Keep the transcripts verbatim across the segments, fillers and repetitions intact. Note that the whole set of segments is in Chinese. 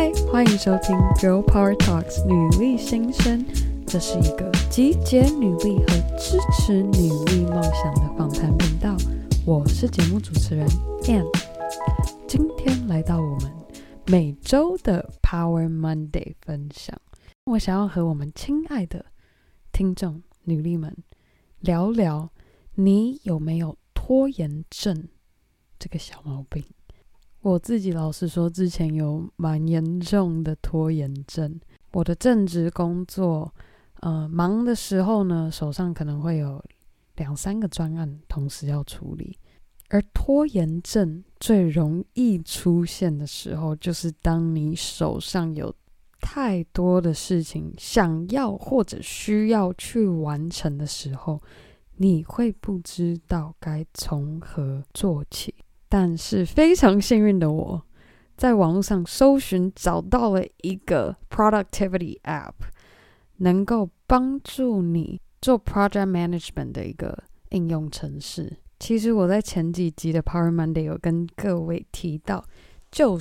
嗨，欢迎收听 Girl Power Talks 女力新生，这是一个集结女力和支持女力梦想的访谈频道。我是节目主持人 Ann， 今天来到我们每周的 Power Monday 分享。我想要和我们亲爱的听众女力们聊聊，你有没有拖延症这个小毛病？我自己老实说，之前有蛮严重的拖延症。我的正职工作，呃，忙的时候呢，手上可能会有两三个专案同时要处理。而拖延症最容易出现的时候，就是当你手上有太多的事情想要或者需要去完成的时候，你会不知道该从何做起。但是非常幸运的我，在网络上搜寻找到了一个 productivity app， 能够帮助你做 project management 的一个应用程式。其实我在前几集的 Power Monday 有跟各位提到，就是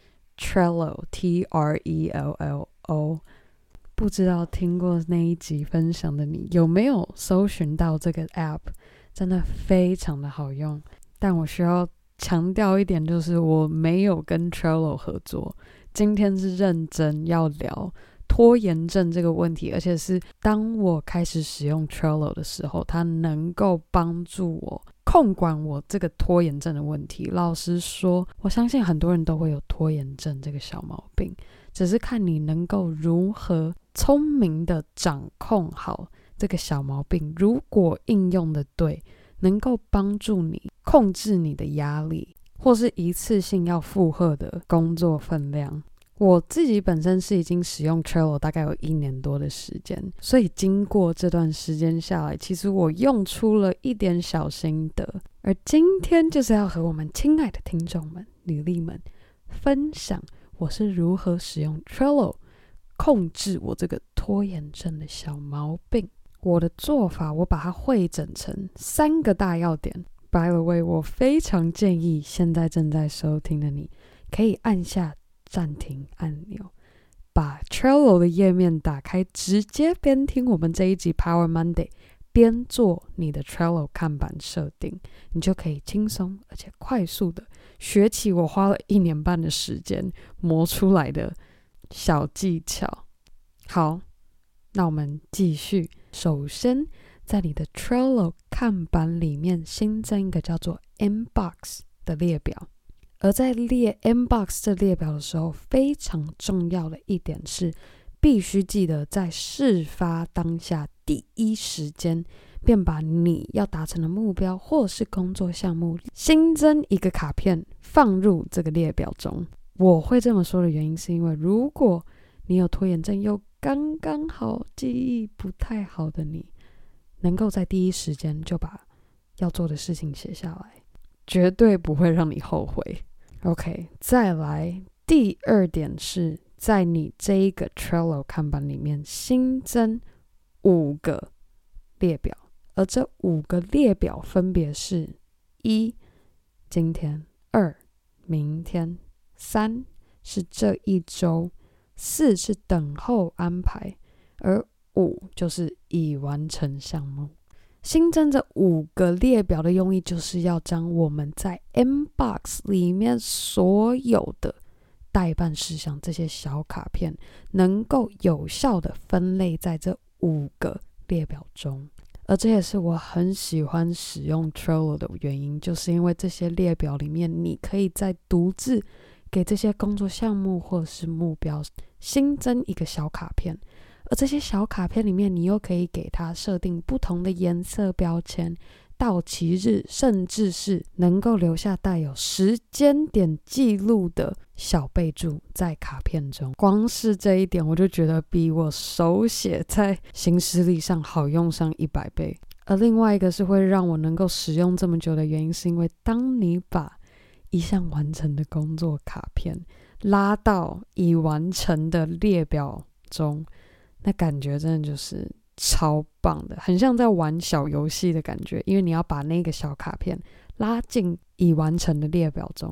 Trello T R E L L O。 不知道听过那一集分享的你有没有搜寻到这个 app？ 真的非常的好用，但我需要强调一点，就是我没有跟 Trello 合作。今天是认真要聊拖延症这个问题，而且是当我开始使用 Trello 的时候，它能够帮助我控管我这个拖延症的问题。老实说，我相信很多人都会有拖延症这个小毛病，只是看你能够如何聪明的掌控好这个小毛病。如果应用的对，能够帮助你控制你的压力，或是一次性要负荷的工作分量。我自己本身是已经使用 Trello 大概有一年多的时间，所以经过这段时间下来，其实我用出了一点小心得。而今天就是要和我们亲爱的听众们、女力们分享我是如何使用 Trello 控制我这个拖延症的小毛病。我的做法，我把它汇整成三个大要点。 By the way， 我非常建议现在正在收听的你可以按下暂停按钮，把 Trello 的页面打开，直接边听我们这一集 Power Monday 边做你的 Trello 看板设定，你就可以轻松而且快速的学起我花了一年半的时间磨出来的小技巧。好，那我们继续。首先，在你的 Trello 看板里面新增一个叫做 Inbox 的列表。而在列 Inbox 这列表的时候，非常重要的一点是，必须记得在事发当下第一时间，便把你要达成的目标或是工作项目新增一个卡片放入这个列表中。我会这么说的原因是因为，如果你有拖延症又刚刚好记忆不太好的你，能够在第一时间就把要做的事情写下来，绝对不会让你后悔。 OK， 再来第二点是，在你这一个 Trello 看板里面新增五个列表，而这五个列表分别是：一、今天；二、明天；三是这一周；四是等候安排；而五就是已完成项目。新增这五个列表的用意，就是要将我们在 Inbox 里面所有的待办事项，这些小卡片，能够有效的分类在这五个列表中。而这也是我很喜欢使用 Trello 的原因，就是因为这些列表里面，你可以在独自给这些工作项目或是目标新增一个小卡片，而这些小卡片里面，你又可以给它设定不同的颜色标签、到期日，甚至是能够留下带有时间点记录的小备注在卡片中。光是这一点，我就觉得比我手写在行事历上好用上一百倍。而另外一个是会让我能够使用这么久的原因，是因为当你把一项完成的工作卡片拉到已完成的列表中，那感觉真的就是超棒的，很像在玩小游戏的感觉。因为你要把那个小卡片拉进已完成的列表中，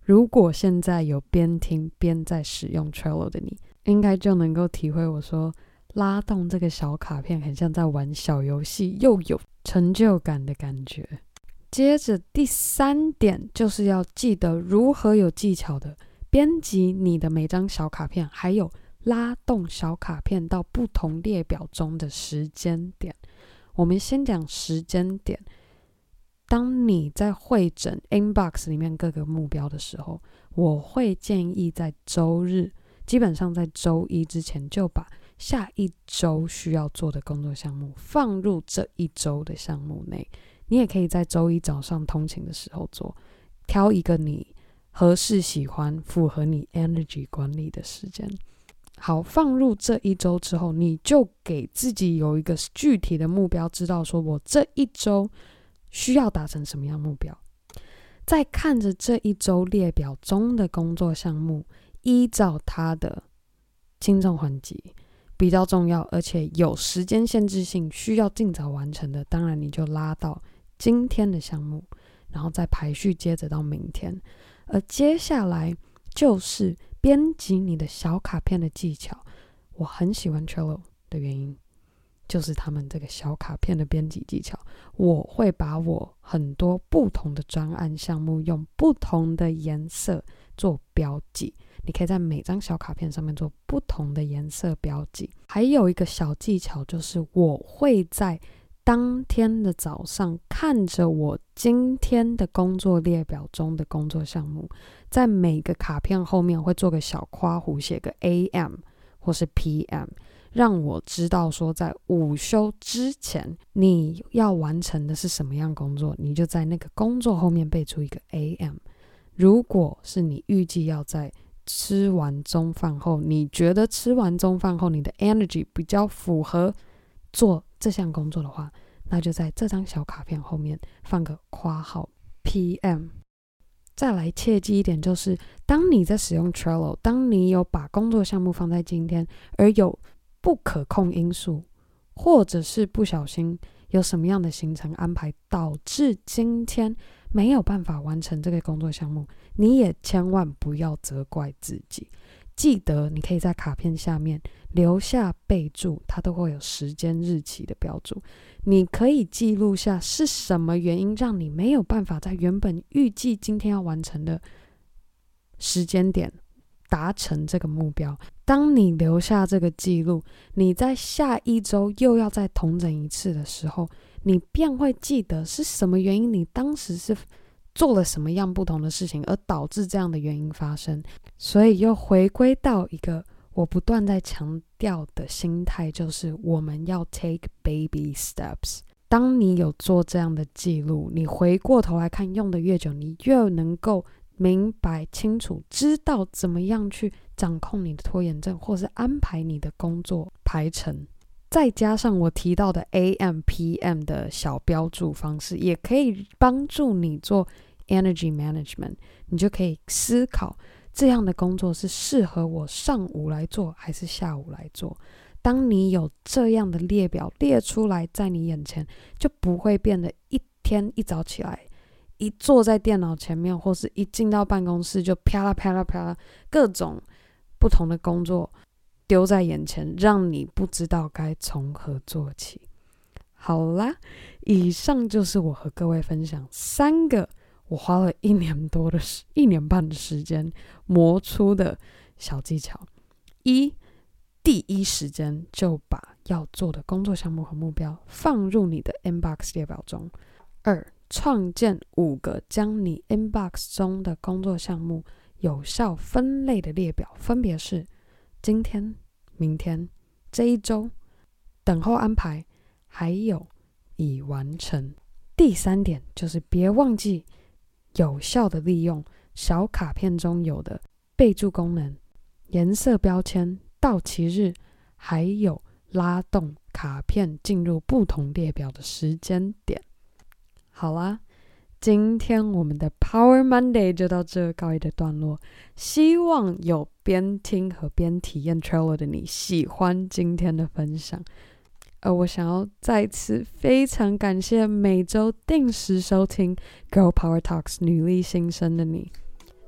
如果现在有边听边在使用 Trello 的你，应该就能够体会我说拉动这个小卡片很像在玩小游戏，又有成就感的感觉。接着第三点就是要记得如何有技巧的编辑你的每张小卡片，还有拉动小卡片到不同列表中的时间点。我们先讲时间点，当你在汇整 inbox 里面各个目标的时候，我会建议在周日，基本上在周一之前就把下一周需要做的工作项目放入这一周的项目内。你也可以在周一早上通勤的时候做，挑一个你合适、喜欢、符合你 energy 管理的时间。好，放入这一周之后，你就给自己有一个具体的目标，知道说我这一周需要达成什么样目标。再看着这一周列表中的工作项目，依照它的轻重缓急，比较重要而且有时间限制性需要尽早完成的，当然你就拉到今天的项目，然后再排序接着到明天。而接下来就是编辑你的小卡片的技巧。我很喜欢 Trello 的原因就是他们这个小卡片的编辑技巧。我会把我很多不同的专案项目用不同的颜色做标记，你可以在每张小卡片上面做不同的颜色标记。还有一个小技巧就是我会在当天的早上看着我今天的工作列表中的工作项目，在每个卡片后面会做个小括弧，写个 A M 或是 P M， 让我知道说在午休之前你要完成的是什么样工作，你就在那个工作后面备注一个 A M。 如果是你预计要在吃完中饭后，你觉得吃完中饭后你的 energy 比较符合做这项工作的话，那就在这张小卡片后面放个括号 P M。 再来切记一点，就是当你在使用 Trello， 当你有把工作项目放在今天，而有不可控因素，或者是不小心有什么样的行程安排导致今天没有办法完成这个工作项目，你也千万不要责怪自己。记得你可以在卡片下面留下备注，它都会有时间日期的标注。你可以记录下是什么原因让你没有办法在原本预计今天要完成的时间点达成这个目标。当你留下这个记录，你在下一周又要再统整一次的时候，你便会记得是什么原因，你当时是做了什么样不同的事情而导致这样的原因发生。所以又回归到一个我不断在强调的心态，就是我们要 take baby steps。 当你有做这样的记录，你回过头来看，用的越久，你越能够明白清楚，知道怎么样去掌控你的拖延症，或是安排你的工作排程。再加上我提到的 A M P M 的小标注方式，也可以帮助你做 energy management。 你就可以思考这样的工作是适合我上午来做还是下午来做。当你有这样的列表列出来在你眼前，就不会变得一天一早起来，一坐在电脑前面，或是一进到办公室就啪啦啪啦啪啦，各种不同的工作丢在眼前，让你不知道该从何做起。好啦，以上就是我和各位分享三个我花了一年多的一年半的时间磨出的小技巧。一，第一时间就把要做的工作项目和目标放入你的 inbox 列表中。二，创建五个将你 inbox 中的工作项目有效分类的列表，分别是今天、明天、这一周、等候安排，还有已完成。第三点就是别忘记有效的利用小卡片中有的备注功能、颜色标签、到期日，还有拉动卡片进入不同列表的时间点。好啦，今天我们的 Power Monday 就到这告一个段落。希望有边听和边体验 Trello 的你喜欢今天的分享。而我想要再次非常感谢每周定时收听 Girl Power Talks 女力新生的你。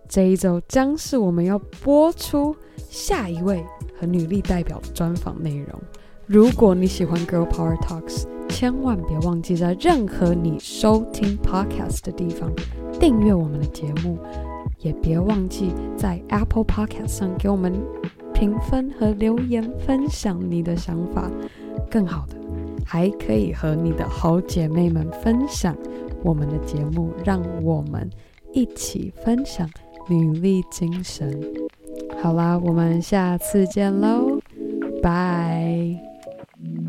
这一周将是我们要播出下一位和女力代表的专访内容。如果你喜欢 Girl Power Talks， 千万别忘记在任何你收听 podcast 的地方订阅我们的节目，也别忘记在 Apple Podcast 上给我们评分和留言，分享你的想法。更好的，还可以和你的好姐妹们分享我们的节目，让我们一起分享女力精神。好啦，我们下次见喽，拜。